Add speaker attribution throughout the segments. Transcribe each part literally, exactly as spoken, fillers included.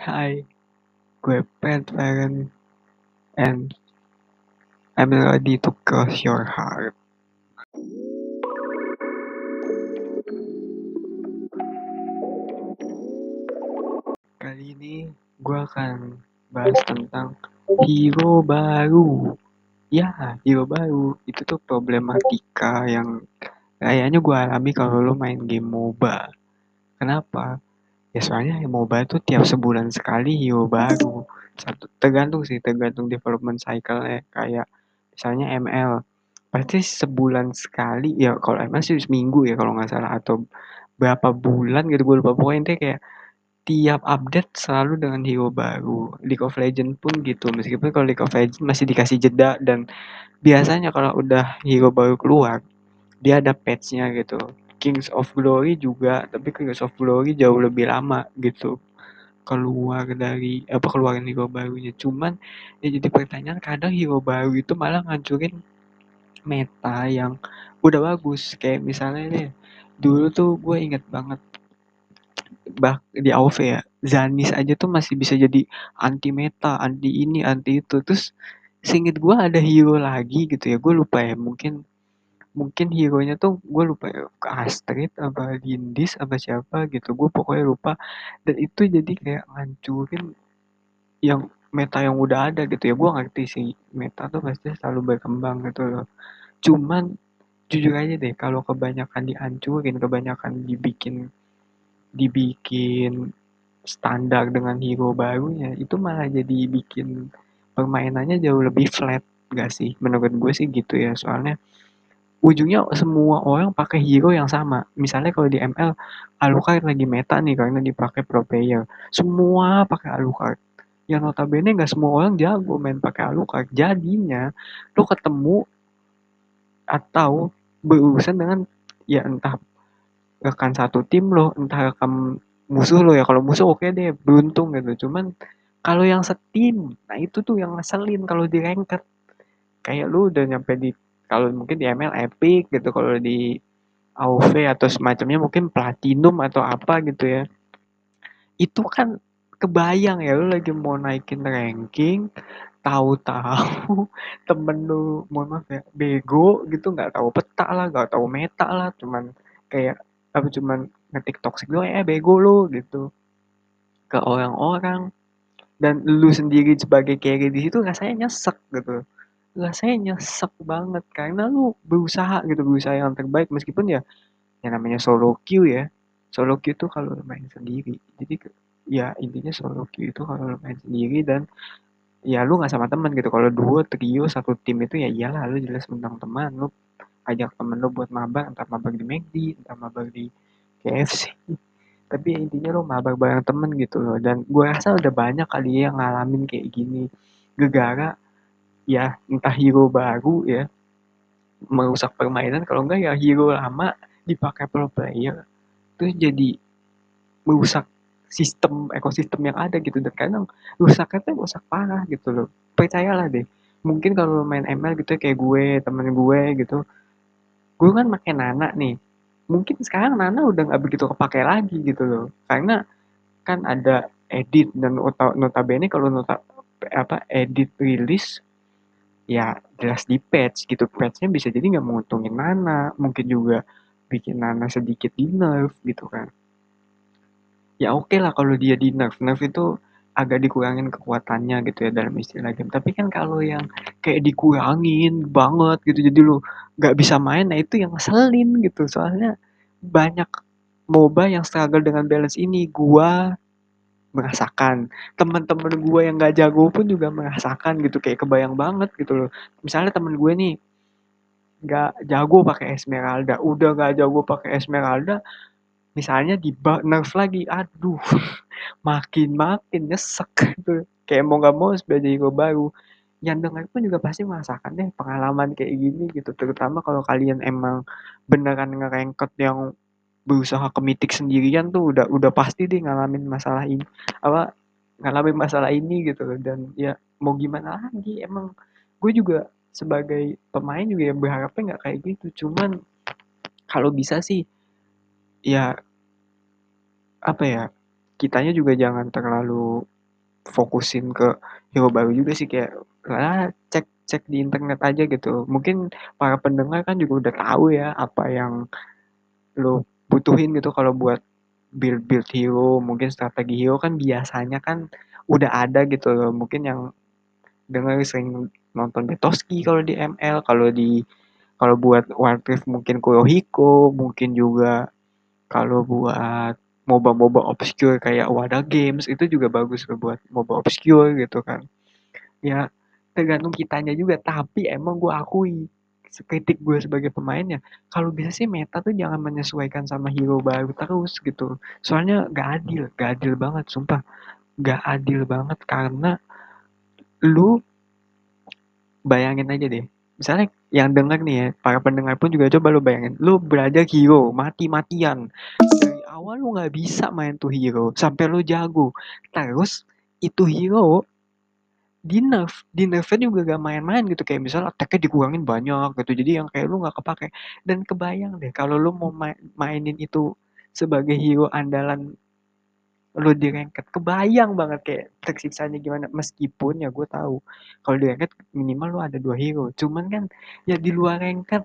Speaker 1: Hai, gue Pat Varen, and I'm ready to cross your heart. Kali ini gue akan bahas tentang hero baru. Ya, hero baru itu tuh problematika yang kayaknya gue alami kalau lo main game MOBA. Kenapa? Ya soalnya MOBA tuh tiap sebulan sekali hero baru. Satu tergantung sih, tergantung development cycle-nya. Kayak misalnya M L, pasti sebulan sekali ya. Kalau M L sih seminggu ya kalau nggak salah, atau berapa bulan gitu gue lupa. Pokoknya intinya kayak tiap update selalu dengan hero baru. League of Legends pun gitu, meskipun kalau League of Legends masih dikasih jeda, dan biasanya kalau udah hero baru keluar dia ada patch-nya gitu. Kings of Glory juga, tapi Kings of Glory jauh lebih lama gitu keluar dari apa keluarin hero barunya. Cuman ya jadi pertanyaan, kadang hero baru itu malah ngancurin meta yang udah bagus. Kayak misalnya nih, dulu tuh gue inget banget, bah di A O V ya, Zanis aja tuh masih bisa jadi anti meta, anti ini, anti itu. Terus seinget gue ada hero lagi gitu ya, gue lupa ya, mungkin mungkin hero-nya tuh gue lupa ya, Astrid apa Lindis apa siapa gitu, gue pokoknya lupa. Dan itu jadi kayak ngancurin yang meta yang udah ada gitu ya. Gue ngerti sih, meta tuh pasti selalu berkembang gitu loh. Cuman jujur aja deh, kalau kebanyakan dihancurin, kebanyakan dibikin dibikin standar dengan hero barunya, itu malah jadi bikin permainannya jauh lebih flat, gak sih? Menurut gue sih gitu ya. Soalnya ujungnya semua orang pakai hero yang sama. Misalnya kalau di M L, Alucard lagi meta nih karena dipakai pro player, semua pakai Alucard. Yang notabene nggak semua orang jago main pakai Alucard. Jadinya lo ketemu atau berurusan dengan, ya entah rekan satu tim lo, entah rekan musuh lo ya. Kalau musuh oke okay deh, beruntung gitu. Cuman kalau yang setim, nah itu tuh yang ngeselin kalau di ranked. Kayak lu udah nyampe di, kalau mungkin di M L epic gitu, kalau di A O V atau semacamnya mungkin platinum atau apa gitu ya. Itu kan kebayang ya, lu lagi mau naikin ranking, tahu-tahu temen lu, mohon maaf ya, bego gitu, nggak tahu peta lah, nggak tahu meta lah, cuman kayak apa, cuman ngetik toxic doang, eh bego lu gitu ke orang-orang. Dan lu sendiri sebagai carry di situ rasanya nyesek gitu, rasanya nyesek banget karena lu berusaha gitu, berusaha yang terbaik, meskipun ya yang namanya solo queue ya. Solo queue itu kalau lu main sendiri, jadi ya intinya solo queue itu kalau lu main sendiri, dan ya lu nggak sama teman gitu. Kalau duo, trio, satu tim itu ya iyalah lu jelas undang teman, lu ajak temen lu buat mabar, entah mabar di McD, entah mabar di K F C. Tapi intinya lu mabar bareng temen gitu loh. Dan gue rasa udah banyak kali ya yang ngalamin kayak gini, gegara ya, entah hero baru ya merusak permainan, kalau enggak ya hero lama dipakai pro player terus jadi merusak sistem ekosistem yang ada gitu. Dan kadang rusaknya tuh rusak parah gitu loh, percayalah deh. Mungkin kalau main M L gitu ya, kayak gue, temen gue gitu, gue kan makin Nana nih, mungkin sekarang Nana udah nggak begitu kepake lagi gitu loh, karena kan ada edit. Dan notabene kalau nota apa edit rilis, ya jelas di patch gitu. Patchnya bisa jadi nggak menguntungin Nana, mungkin juga bikin Nana sedikit di nerf gitu kan. Ya oke okay lah kalau dia di nerf, nerf itu agak dikurangin kekuatannya gitu ya dalam istilah game. Tapi kan kalau yang kayak dikurangin banget gitu, jadi lu nggak bisa main, nah itu yang ngeselin gitu. Soalnya banyak MOBA yang struggle dengan balance ini. Gua merasakan, teman-teman gue yang nggak jago pun juga merasakan gitu. Kayak kebayang banget gitu loh. Misalnya temen gue nih nggak jago pakai Esmeralda, udah nggak jago pakai Esmeralda, misalnya di nerf lagi, aduh, makin makin nyesek gitu. Kayak mau nggak mau harus belajar hero baru. Yang dengar pun juga pasti merasakan deh pengalaman kayak gini gitu. Terutama kalau kalian emang beneran ngerengket yang berusaha ke mitik sendirian tuh, udah udah pasti deh ngalamin masalah ini, apa, ngalamin masalah ini gitu loh. Dan ya mau gimana lagi, emang gue juga sebagai pemain juga ya berharapnya nggak kayak gitu. Cuman kalau bisa sih ya, apa ya, kitanya juga jangan terlalu fokusin ke hero baru juga sih, kayak lah cek cek di internet aja gitu. Mungkin para pendengar kan juga udah tahu ya apa yang lo butuhin gitu kalau buat build build hero, mungkin strategi hero kan biasanya kan udah ada gitu loh. Mungkin yang dengar sering nonton Betoski kalau di M L, kalau di kalau buat Warcraft mungkin Kurohiko, mungkin juga kalau buat MOBA-MOBA obscure kayak Wada Games itu juga bagus loh buat MOBA obscure gitu kan. Ya tergantung kitanya juga, tapi emang gue akui kritik gue sebagai pemainnya, kalau bisa sih meta tuh jangan menyesuaikan sama hero baru terus gitu. Soalnya gak adil, gak adil banget, sumpah. Gak adil banget karena lu bayangin aja deh. Misalnya yang denger nih ya, para pendengar pun juga coba lu bayangin. Lu belajar hero, mati-matian. Dari awal lu gak bisa main tuh hero, sampai lu jago. Terus itu hero di nerf, di nerfnya juga gak main-main gitu. Kayak misalnya attack-nya dikurangin banyak gitu. Jadi yang kayak lu gak kepake. Dan kebayang deh, kalau lu mau main, mainin itu sebagai hero andalan lu di ranked, kebayang banget kayak tersiksanya gimana. Meskipun ya gue tahu kalau di ranked minimal lu ada dua hero, cuman kan ya di luar ranked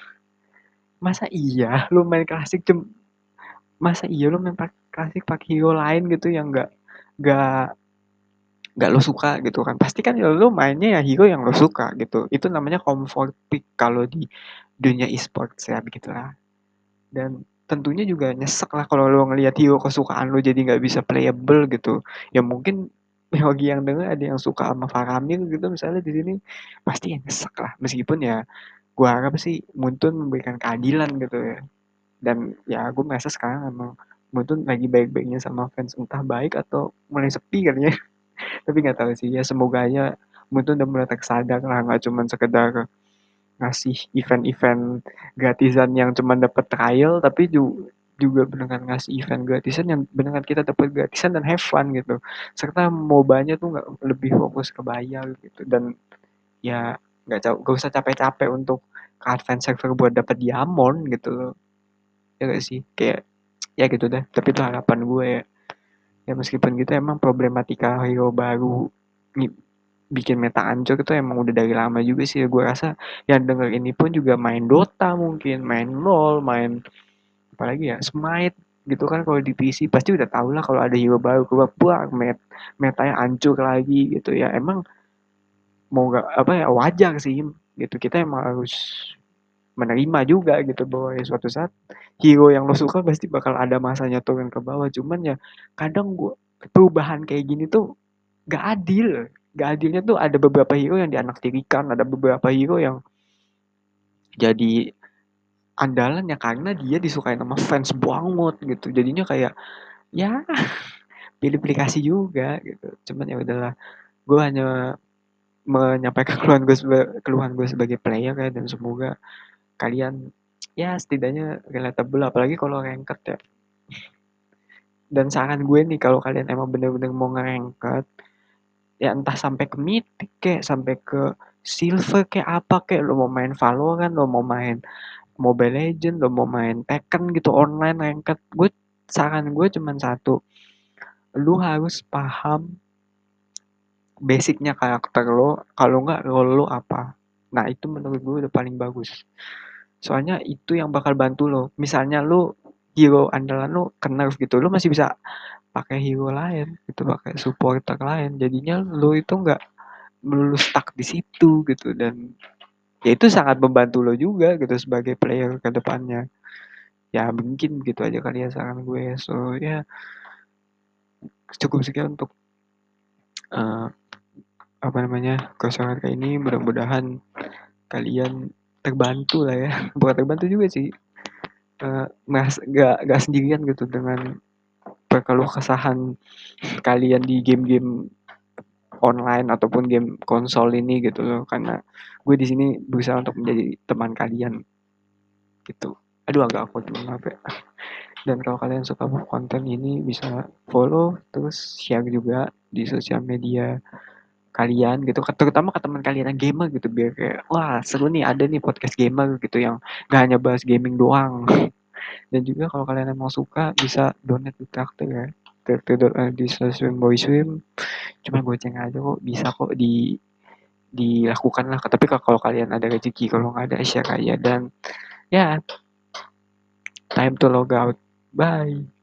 Speaker 1: masa iya lu main klasik cum masa iya lu main klasik pakai hero lain gitu yang enggak enggak enggak lo suka gitu kan. Pasti kan ya lu mainnya ya hero yang lo suka gitu. Itu namanya comfort pick kalau di dunia e-sports ya begitulah. Dan tentunya juga nyesek lah kalau lo ngelihat hero kesukaan lo jadi nggak bisa playable gitu. Ya mungkin bagi yang denger ada yang suka sama Faramir gitu misalnya di sini, pasti ya nyesek lah. Meskipun ya gue harap sih Muntun memberikan keadilan gitu ya. Dan ya gue merasa sekarang emang Muntun lagi baik-baiknya sama fans, entah baik atau mulai sepi kan ya. Tapi nggak tahu sih ya, semoga aja Muntun udah mulai tersadar lah, nggak cuma sekedar ngasih event-event gratisan yang cuma dapat trial, tapi juga juga beneran ngasih event gratisan yang beneran kita dapat gratisan dan have fun gitu. Serta mobanya tuh nggak lebih fokus ke bayar gitu. Dan ya nggak nggak usah capek-capek untuk ke advance server buat dapat diamond gitu loh. Ya gak sih, kayak ya gitu deh. Tapi itu harapan gue ya. Ya meskipun gitu emang problematika hero baru bikin meta ancur itu emang udah dari lama juga sih. Gue rasa yang denger ini pun juga main Dota mungkin, main LoL, main apalagi ya, Smite gitu kan. Kalau di P C pasti udah tau lah kalau ada hero baru keluar, buang met metanya hancur lagi gitu ya. Emang mau gak apa ya, wajar sih gitu. Kita emang harus menerima juga gitu bahwa ya suatu saat hero yang lo suka pasti bakal ada masanya turun ke bawah. Cuman ya kadang gue perubahan kayak gini tuh gak adil. Gak adilnya tuh ada beberapa hero yang dianaktirikan, ada beberapa hero yang jadi andalan ya karena dia disukai sama fans banget gitu. Jadinya kayak ya pilih-pilih kasih juga gitu. Cuman ya udahlah, gue hanya menyampaikan keluhan gue sebagai keluhan gue sebagai player ya, dan semoga kalian ya setidaknya relatable, apalagi kalau ranked ya. Dan saran gue nih, kalau kalian emang bener-bener mau nge-ranked ya, entah sampai ke mythic kayak sampai ke silver kayak apa kayak, lo mau main Valorant, lo mau main Mobile Legends, lo mau main Tekken gitu online ranked, gue saran gue cuman satu, lu harus paham basicnya karakter lo, kalau nggak role lo apa. Nah itu menurut gue udah paling bagus, soalnya itu yang bakal bantu lo. Misalnya lo hero andalan lo ke nerf gitu, lo masih bisa pakai hero lain gitu, pakai supporter lain, jadinya lo itu nggak melulu stuck di situ gitu. Dan ya itu sangat membantu lo juga gitu sebagai player ke depannya. Ya mungkin begitu aja kali ya saran gue. So ya cukup sekian untuk uh, apa namanya kesan kayak ini. Mudah-mudahan kalian terbantu lah ya. Bukan terbantu juga sih, uh, mas gak, gak sendirian gitu dengan perkeluh kesahan kalian di game-game online ataupun game konsol ini gitu loh. Karena gue di sini berusaha untuk menjadi teman kalian gitu. Aduh agak awkward, maaf ya. Dan kalau kalian suka konten ini bisa follow terus share juga di sosial media kalian gitu, terutama ke teman kalian yang gamer gitu, biar kayak wah seru nih ada nih podcast gamer gitu yang gak hanya bahas gaming doang. Dan juga kalau kalian emang suka bisa donate di Traktir ya. Dr. Tudor uh, di stasiun Boy Swim cuma goceng aja kok, bisa kok di dilakukan lah. Tapi kalau kalian ada rezeki, kalau nggak ada share aja. Dan ya, time to log out, bye.